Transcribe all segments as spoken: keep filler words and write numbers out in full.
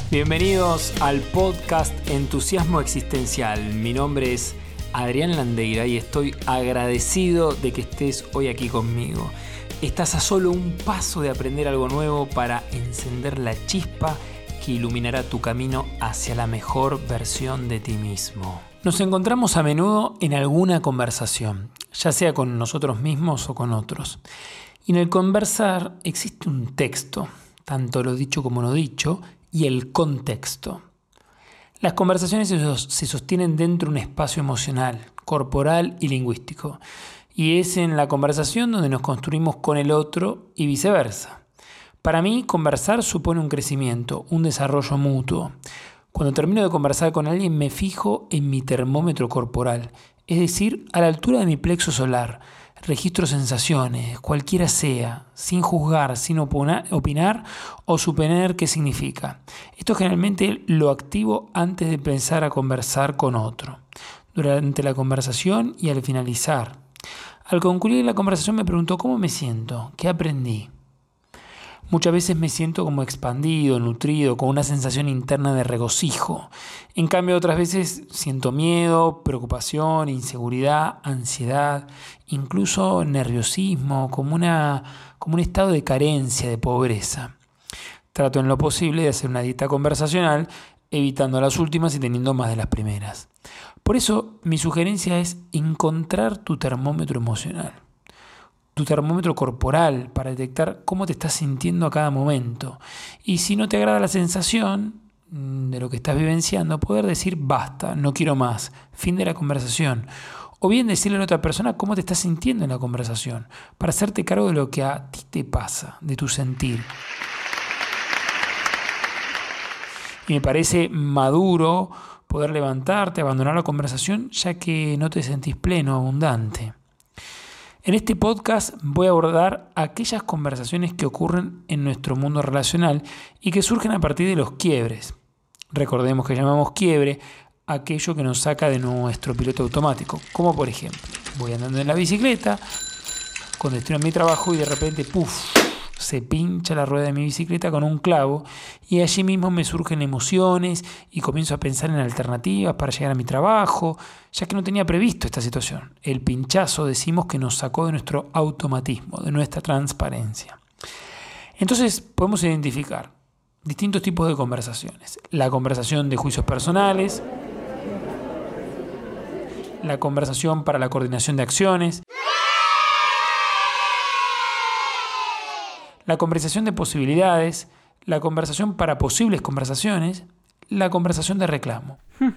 Bienvenidos al podcast Entusiasmo Existencial. Mi nombre es Adrián Landeira y estoy agradecido de que estés hoy aquí conmigo. Estás a solo un paso de aprender algo nuevo para encender la chispa que iluminará tu camino hacia la mejor versión de ti mismo. Nos encontramos a menudo en alguna conversación, ya sea con nosotros mismos o con otros. Y en el conversar existe un texto, tanto lo dicho como lo dicho, y el contexto. Las conversaciones se sostienen dentro de un espacio emocional, corporal y lingüístico. Y es en la conversación donde nos construimos con el otro y viceversa. Para mí, conversar supone un crecimiento, un desarrollo mutuo. Cuando termino de conversar con alguien, me fijo en mi termómetro corporal, es decir, a la altura de mi plexo solar. Registro sensaciones, cualquiera sea, sin juzgar, sin opinar, opinar o suponer qué significa. Esto generalmente lo activo antes de pensar a conversar con otro, durante la conversación y al finalizar. Al concluir la conversación me pregunto cómo me siento, qué aprendí. Muchas veces me siento como expandido, nutrido, con una sensación interna de regocijo. En cambio, otras veces siento miedo, preocupación, inseguridad, ansiedad, incluso nerviosismo, como, una, como un estado de carencia, de pobreza. Trato en lo posible de hacer una dieta conversacional, evitando las últimas y teniendo más de las primeras. Por eso, mi sugerencia es encontrar tu termómetro emocional. Tu termómetro corporal para detectar cómo te estás sintiendo a cada momento. Y si no te agrada la sensación de lo que estás vivenciando, poder decir basta, no quiero más, fin de la conversación. O bien decirle a la otra persona cómo te estás sintiendo en la conversación, para hacerte cargo de lo que a ti te pasa, de tu sentir. Y me parece maduro poder levantarte, abandonar la conversación, ya que no te sentís pleno, abundante. En este podcast voy a abordar aquellas conversaciones que ocurren en nuestro mundo relacional y que surgen a partir de los quiebres. Recordemos que llamamos quiebre aquello que nos saca de nuestro piloto automático, como por ejemplo, voy andando en la bicicleta, con destino a mi trabajo y de repente, ¡puf!, se pincha la rueda de mi bicicleta con un clavo y allí mismo me surgen emociones y comienzo a pensar en alternativas para llegar a mi trabajo, ya que no tenía previsto esta situación. El pinchazo decimos que nos sacó de nuestro automatismo, de nuestra transparencia. Entonces podemos identificar distintos tipos de conversaciones. La conversación de juicios personales, la conversación para la coordinación de acciones, la conversación de posibilidades, la conversación para posibles conversaciones, la conversación de reclamo. Hmm.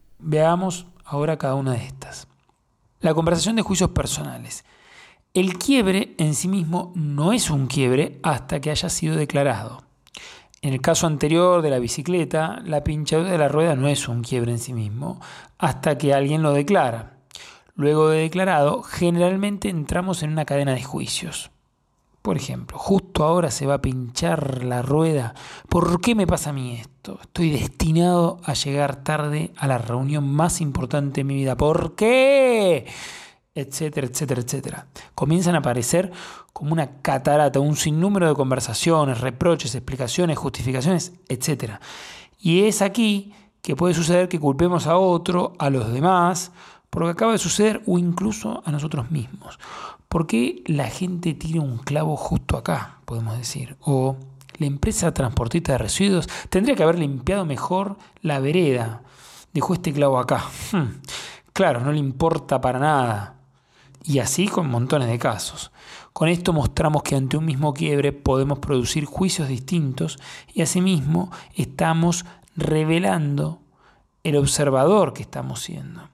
Veamos ahora cada una de estas. La conversación de juicios personales. El quiebre en sí mismo no es un quiebre hasta que haya sido declarado. En el caso anterior de la bicicleta, la pinchadura de la rueda no es un quiebre en sí mismo hasta que alguien lo declara. Luego de declarado, generalmente entramos en una cadena de juicios. Por ejemplo, justo ahora se va a pinchar la rueda. ¿Por qué me pasa a mí esto? Estoy destinado a llegar tarde a la reunión más importante de mi vida. ¿Por qué? Etcétera, etcétera, etcétera. Comienzan a aparecer como una catarata, un sinnúmero de conversaciones, reproches, explicaciones, justificaciones, etcétera. Y es aquí que puede suceder que culpemos a otro, a los demás, por lo que acaba de suceder o incluso a nosotros mismos. ¿Por qué la gente tira un clavo justo acá, podemos decir? O la empresa transportista de residuos tendría que haber limpiado mejor la vereda. Dejó este clavo acá. Hmm. Claro, no le importa para nada. Y así con montones de casos. Con esto mostramos que ante un mismo quiebre podemos producir juicios distintos y asimismo estamos revelando el observador que estamos siendo.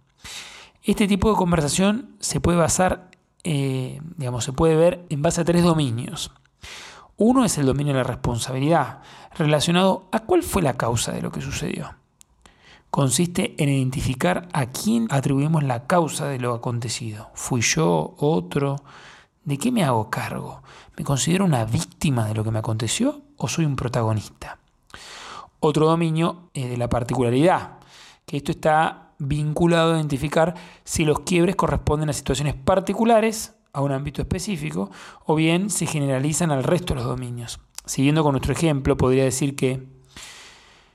Este tipo de conversación se puede basar Eh, digamos, se puede ver en base a tres dominios. Uno es el dominio de la responsabilidad, relacionado a cuál fue la causa de lo que sucedió. Consiste en identificar a quién atribuimos la causa de lo acontecido. ¿Fui yo? ¿Otro? ¿De qué me hago cargo? ¿Me considero una víctima de lo que me aconteció o soy un protagonista? Otro dominio es de la particularidad, que esto está vinculado a identificar si los quiebres corresponden a situaciones particulares, a un ámbito específico, o bien se generalizan al resto de los dominios. Siguiendo con nuestro ejemplo, podría decir que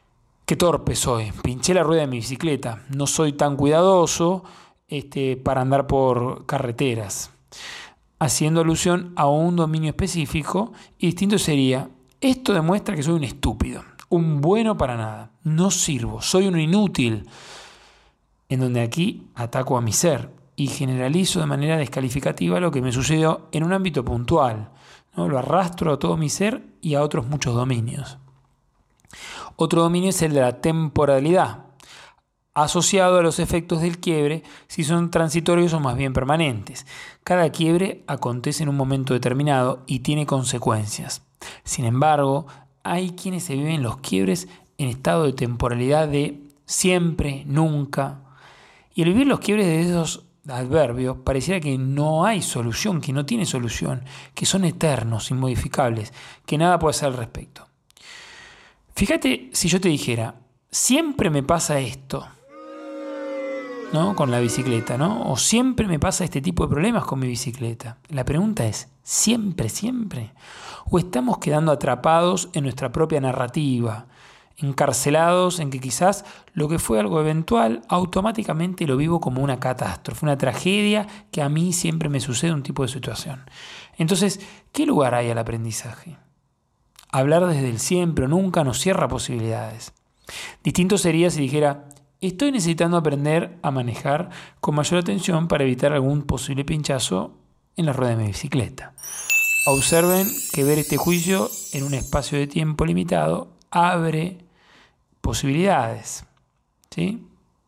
Qué torpe soy, pinché la rueda de mi bicicleta, no soy tan cuidadoso este, para andar por carreteras. Haciendo alusión a un dominio específico, y distinto sería, esto demuestra que soy un estúpido, un bueno para nada, no sirvo, soy un inútil, en donde aquí ataco a mi ser y generalizo de manera descalificativa lo que me sucedió en un ámbito puntual, ¿no? Lo arrastro a todo mi ser y a otros muchos dominios. Otro dominio es el de la temporalidad, asociado a los efectos del quiebre, si son transitorios o más bien permanentes. Cada quiebre acontece en un momento determinado y tiene consecuencias. Sin embargo, hay quienes se viven los quiebres en estado de temporalidad de siempre, nunca. Y al vivir los quiebres de esos adverbios, pareciera que no hay solución, que no tiene solución, que son eternos, inmodificables, que nada puede hacer al respecto. Fíjate si yo te dijera, siempre me pasa esto, ¿no? Con la bicicleta, ¿no? O siempre me pasa este tipo de problemas con mi bicicleta. La pregunta es, ¿siempre, siempre? ¿O estamos quedando atrapados en nuestra propia narrativa, encarcelados en que quizás lo que fue algo eventual automáticamente lo vivo como una catástrofe, una tragedia que a mí siempre me sucede un tipo de situación? Entonces, ¿qué lugar hay al aprendizaje? Hablar desde el siempre o nunca nos cierra posibilidades. Distinto sería si dijera, estoy necesitando aprender a manejar con mayor atención para evitar algún posible pinchazo en la rueda de mi bicicleta. Observen que ver este juicio en un espacio de tiempo limitado abre posibilidades, ¿sí?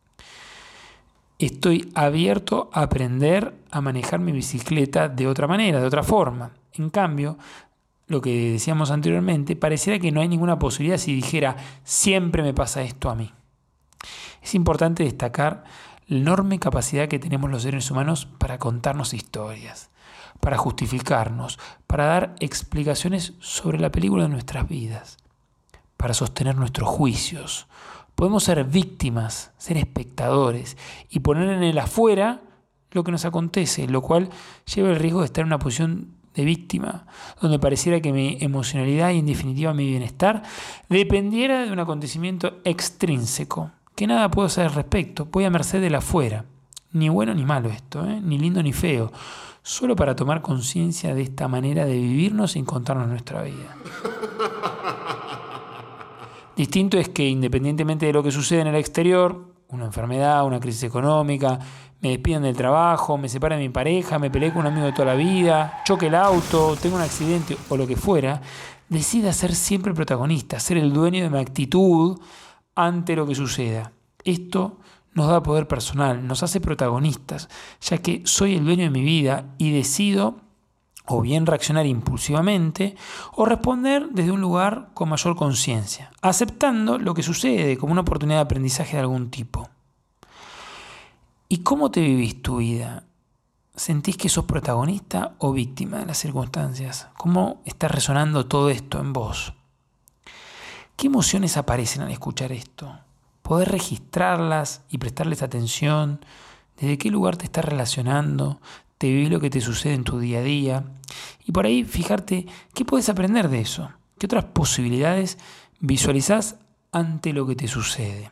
Estoy abierto a aprender a manejar mi bicicleta de otra manera, de otra forma. En cambio, lo que decíamos anteriormente, pareciera que no hay ninguna posibilidad si dijera, siempre me pasa esto a mí. Es importante destacar la enorme capacidad que tenemos los seres humanos para contarnos historias, para justificarnos, para dar explicaciones sobre la película de nuestras vidas, para sostener nuestros juicios. Podemos ser víctimas, ser espectadores y poner en el afuera lo que nos acontece, lo cual lleva el riesgo de estar en una posición de víctima, donde pareciera que mi emocionalidad y en definitiva mi bienestar dependiera de un acontecimiento extrínseco, que nada puedo hacer al respecto, voy a merced del afuera. Ni bueno ni malo esto, ¿eh? Ni lindo ni feo, solo para tomar conciencia de esta manera de vivirnos sin contarnos nuestra vida. Distinto es que independientemente de lo que sucede en el exterior, una enfermedad, una crisis económica, me despidan del trabajo, me separe de mi pareja, me peleé con un amigo de toda la vida, choque el auto, tengo un accidente o lo que fuera, decida ser siempre protagonista, ser el dueño de mi actitud ante lo que suceda. Esto nos da poder personal, nos hace protagonistas, ya que soy el dueño de mi vida y decido o bien reaccionar impulsivamente o responder desde un lugar con mayor conciencia, aceptando lo que sucede como una oportunidad de aprendizaje de algún tipo. ¿Y cómo te vivís tu vida? ¿Sentís que sos protagonista o víctima de las circunstancias? ¿Cómo está resonando todo esto en vos? ¿Qué emociones aparecen al escuchar esto? ¿Podés registrarlas y prestarles atención? ¿Desde qué lugar te estás relacionando? ¿Te vivís lo que te sucede en tu día a día? Y por ahí fijarte qué puedes aprender de eso. ¿Qué otras posibilidades visualizás ante lo que te sucede?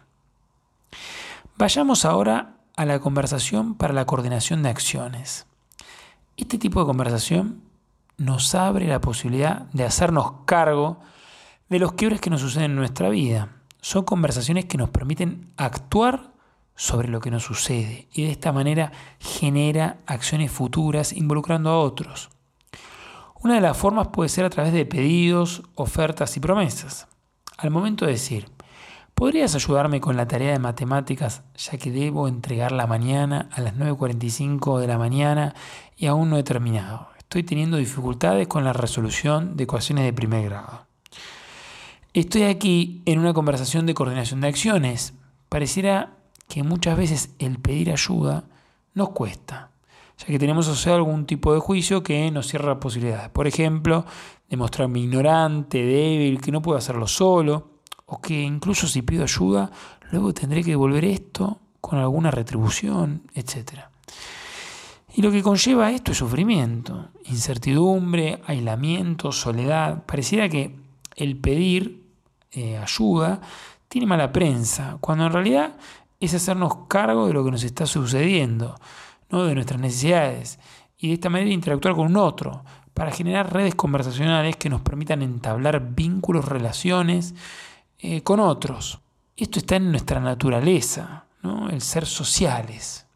Vayamos ahora a la conversación para la coordinación de acciones. Este tipo de conversación nos abre la posibilidad de hacernos cargo de los quiebres que nos suceden en nuestra vida. Son conversaciones que nos permiten actuar sobre lo que nos sucede y de esta manera genera acciones futuras involucrando a otros. Una de las formas puede ser a través de pedidos, ofertas y promesas. Al momento de decir, ¿podrías ayudarme con la tarea de matemáticas ya que debo entregarla mañana a las nueve cuarenta y cinco de la mañana y aún no he terminado? Estoy teniendo dificultades con la resolución de ecuaciones de primer grado. Estoy aquí en una conversación de coordinación de acciones. Pareciera que muchas veces el pedir ayuda nos cuesta, ya que tenemos asociado algún tipo de juicio que nos cierra posibilidades. Por ejemplo, demostrarme ignorante, débil, que no puedo hacerlo solo, o que incluso si pido ayuda, luego tendré que devolver esto con alguna retribución, etcétera. Y lo que conlleva esto es sufrimiento, incertidumbre, aislamiento, soledad. Pareciera que el pedir eh, ayuda tiene mala prensa, cuando en realidad es hacernos cargo de lo que nos está sucediendo, ¿no? De nuestras necesidades, y de esta manera interactuar con un otro, para generar redes conversacionales que nos permitan entablar vínculos, relaciones eh, con otros. Esto está en nuestra naturaleza, ¿no? El ser sociales.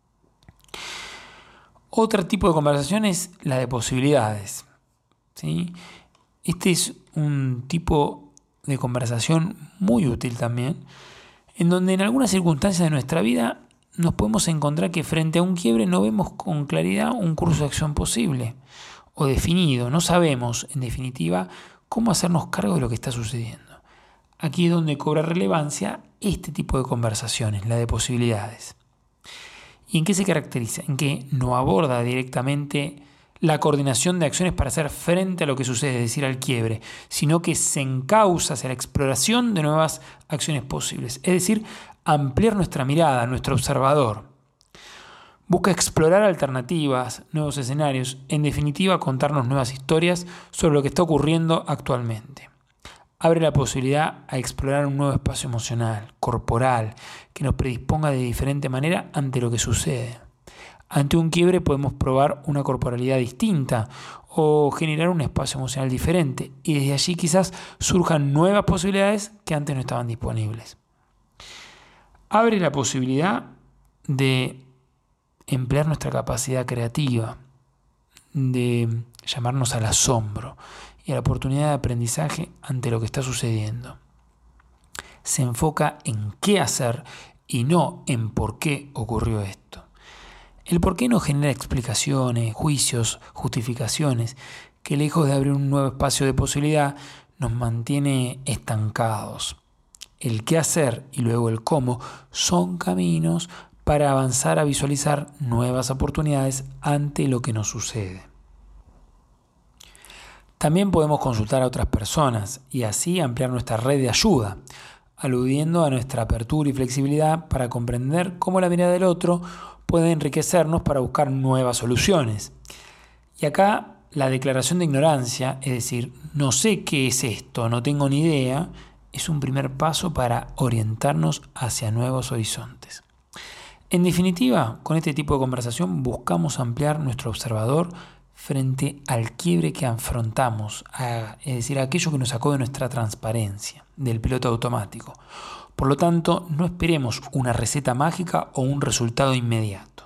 Otro tipo de conversación es la de posibilidades, ¿sí? Este es un tipo de conversación muy útil también, en donde en algunas circunstancias de nuestra vida nos podemos encontrar que frente a un quiebre no vemos con claridad un curso de acción posible o definido. No sabemos, en definitiva, cómo hacernos cargo de lo que está sucediendo. Aquí es donde cobra relevancia este tipo de conversaciones, la de posibilidades. ¿Y en qué se caracteriza? En que no aborda directamente la coordinación de acciones para hacer frente a lo que sucede, es decir, al quiebre, sino que se encausa hacia la exploración de nuevas acciones posibles, es decir, ampliar nuestra mirada, nuestro observador. Busca explorar alternativas, nuevos escenarios, en definitiva contarnos nuevas historias sobre lo que está ocurriendo actualmente. Abre la posibilidad a explorar un nuevo espacio emocional, corporal, que nos predisponga de diferente manera ante lo que sucede. Ante un quiebre podemos probar una corporalidad distinta o generar un espacio emocional diferente, y desde allí quizás surjan nuevas posibilidades que antes no estaban disponibles. Abre la posibilidad de emplear nuestra capacidad creativa, de llamarnos al asombro y a la oportunidad de aprendizaje ante lo que está sucediendo. Se enfoca en qué hacer y no en por qué ocurrió esto. El por qué no genera explicaciones, juicios, justificaciones, que lejos de abrir un nuevo espacio de posibilidad, nos mantiene estancados. El qué hacer y luego el cómo son caminos para avanzar a visualizar nuevas oportunidades ante lo que nos sucede. También podemos consultar a otras personas y así ampliar nuestra red de ayuda, aludiendo a nuestra apertura y flexibilidad para comprender cómo la mirada del otro puede enriquecernos para buscar nuevas soluciones. Y acá la declaración de ignorancia, es decir, no sé qué es esto, no tengo ni idea, es un primer paso para orientarnos hacia nuevos horizontes. En definitiva, con este tipo de conversación buscamos ampliar nuestro observador frente al quiebre que afrontamos, a, es decir, aquello que nos sacó de nuestra transparencia, del piloto automático. Por lo tanto, no esperemos una receta mágica o un resultado inmediato.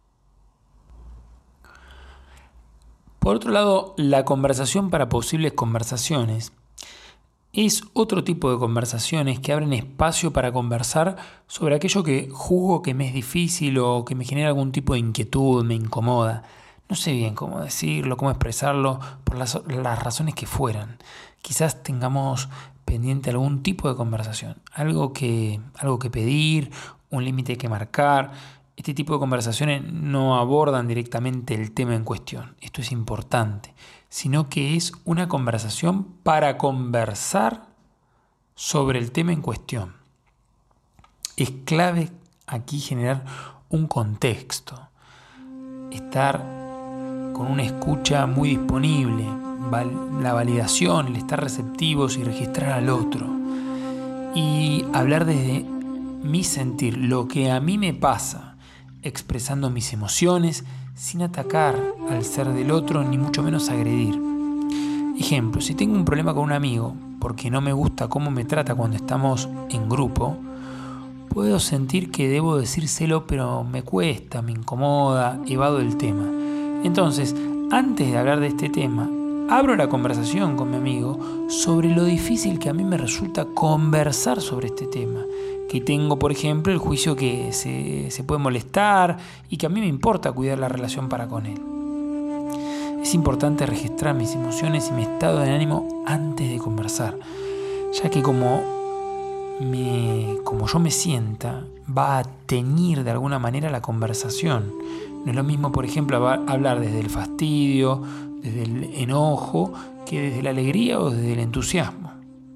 Por otro lado, la conversación para posibles conversaciones es otro tipo de conversaciones que abren espacio para conversar sobre aquello que juzgo que me es difícil o que me genera algún tipo de inquietud, me incomoda. No sé bien cómo decirlo, cómo expresarlo, por las, las razones que fueran. Quizás tengamos pendiente algún tipo de conversación, algo que, algo que pedir, un límite que marcar. Este tipo de conversaciones no abordan directamente el tema en cuestión. Esto es importante, sino que es una conversación para conversar sobre el tema en cuestión. Es clave aquí generar un contexto, estar con una escucha muy disponible, la validación, el estar receptivos y registrar al otro. Y hablar desde mi sentir, lo que a mí me pasa, expresando mis emociones sin atacar al ser del otro ni mucho menos agredir. Ejemplo, si tengo un problema con un amigo porque no me gusta cómo me trata cuando estamos en grupo, puedo sentir que debo decírselo, pero me cuesta, me incomoda, evado el tema. Entonces, antes de hablar de este tema, abro la conversación con mi amigo sobre lo difícil que a mí me resulta conversar sobre este tema. Que tengo, por ejemplo, el juicio que se, se puede molestar y que a mí me importa cuidar la relación para con él. Es importante registrar mis emociones y mi estado de ánimo antes de conversar, ya que como, me, como yo me sienta, va a teñir de alguna manera la conversación. No es lo mismo, por ejemplo, hablar desde el fastidio, desde el enojo, que desde la alegría o desde el entusiasmo.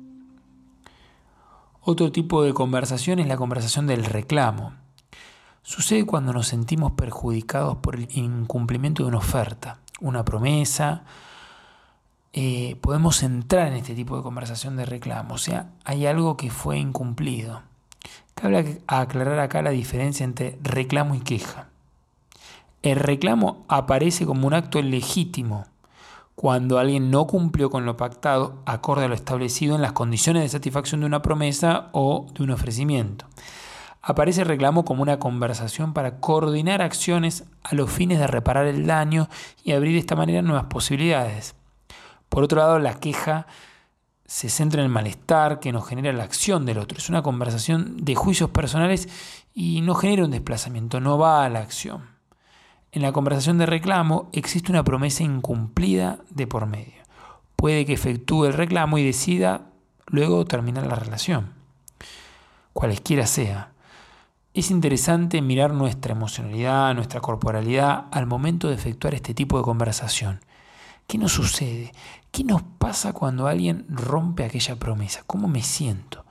Otro tipo de conversación es la conversación del reclamo. Sucede cuando nos sentimos perjudicados por el incumplimiento de una oferta, una promesa, eh, podemos entrar en este tipo de conversación de reclamo. O sea, hay algo que fue incumplido. Cabe aclarar acá la diferencia entre reclamo y queja. El reclamo aparece como un acto legítimo cuando alguien no cumplió con lo pactado acorde a lo establecido en las condiciones de satisfacción de una promesa o de un ofrecimiento. Aparece el reclamo como una conversación para coordinar acciones a los fines de reparar el daño y abrir de esta manera nuevas posibilidades. Por otro lado, la queja se centra en el malestar que nos genera la acción del otro. Es una conversación de juicios personales y no genera un desplazamiento, no va a la acción. En la conversación de reclamo existe una promesa incumplida de por medio. Puede que efectúe el reclamo y decida luego terminar la relación, cualesquiera sea. Es interesante mirar nuestra emocionalidad, nuestra corporalidad al momento de efectuar este tipo de conversación. ¿Qué nos sucede? ¿Qué nos pasa cuando alguien rompe aquella promesa? ¿Cómo me siento?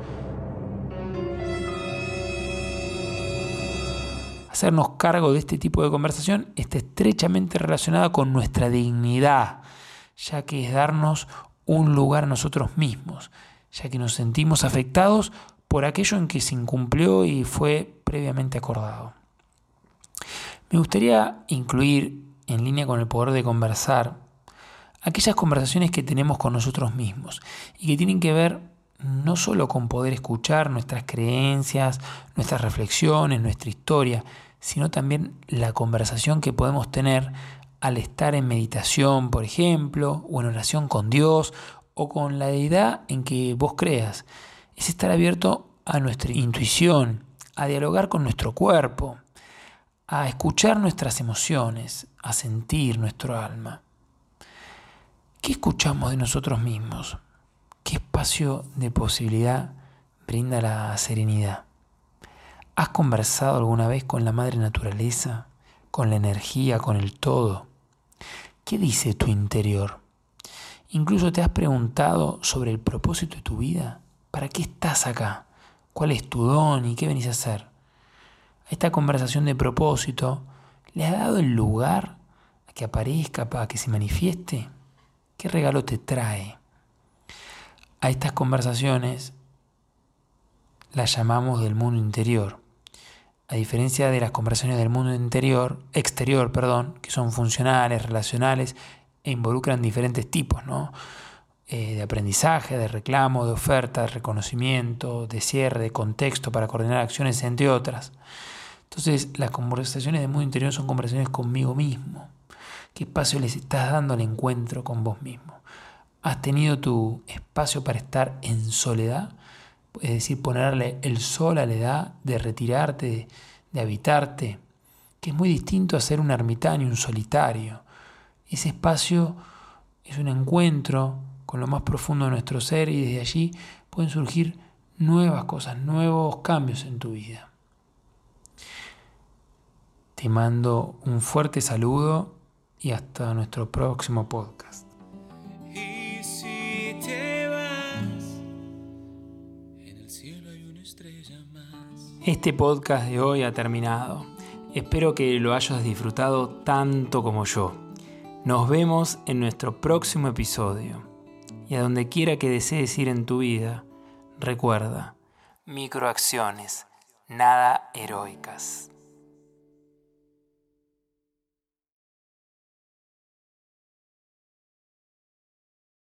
Hacernos cargo de este tipo de conversación está estrechamente relacionada con nuestra dignidad, ya que es darnos un lugar a nosotros mismos, ya que nos sentimos afectados por aquello en que se incumplió y fue previamente acordado. Me gustaría incluir, en línea con el poder de conversar, aquellas conversaciones que tenemos con nosotros mismos y que tienen que ver no solo con poder escuchar nuestras creencias, nuestras reflexiones, nuestra historia, sino también la conversación que podemos tener al estar en meditación, por ejemplo, o en oración con Dios o con la deidad en que vos creas. Es estar abierto a nuestra intuición, a dialogar con nuestro cuerpo, a escuchar nuestras emociones, a sentir nuestro alma. ¿Qué escuchamos de nosotros mismos? ¿Qué espacio de posibilidad brinda la serenidad? ¿Has conversado alguna vez con la madre naturaleza, con la energía, con el todo? ¿Qué dice tu interior? ¿Incluso te has preguntado sobre el propósito de tu vida? ¿Para qué estás acá? ¿Cuál es tu don y qué venís a hacer? A esta conversación de propósito, ¿le has dado el lugar a que aparezca, a que se manifieste? ¿Qué regalo te trae? A estas conversaciones las llamamos del mundo interior. A diferencia de las conversaciones del mundo interior, exterior, perdón, que son funcionales, relacionales e involucran diferentes tipos, ¿no? Eh, de aprendizaje, de reclamo, de oferta, de reconocimiento, de cierre, de contexto para coordinar acciones, entre otras. Entonces, las conversaciones del mundo interior son conversaciones conmigo mismo. ¿Qué espacio les estás dando al encuentro con vos mismo? ¿Has tenido tu espacio para estar en soledad? Es decir, ponerle el sol a la edad de retirarte, de, de habitarte, que es muy distinto a ser un ermitaño, un solitario. Ese espacio es un encuentro con lo más profundo de nuestro ser y desde allí pueden surgir nuevas cosas, nuevos cambios en tu vida. Te mando un fuerte saludo y hasta nuestro próximo podcast. Este podcast de hoy ha terminado. Espero que lo hayas disfrutado tanto como yo. Nos vemos en nuestro próximo episodio. Y a donde quiera que desees ir en tu vida, recuerda, microacciones, nada heroicas.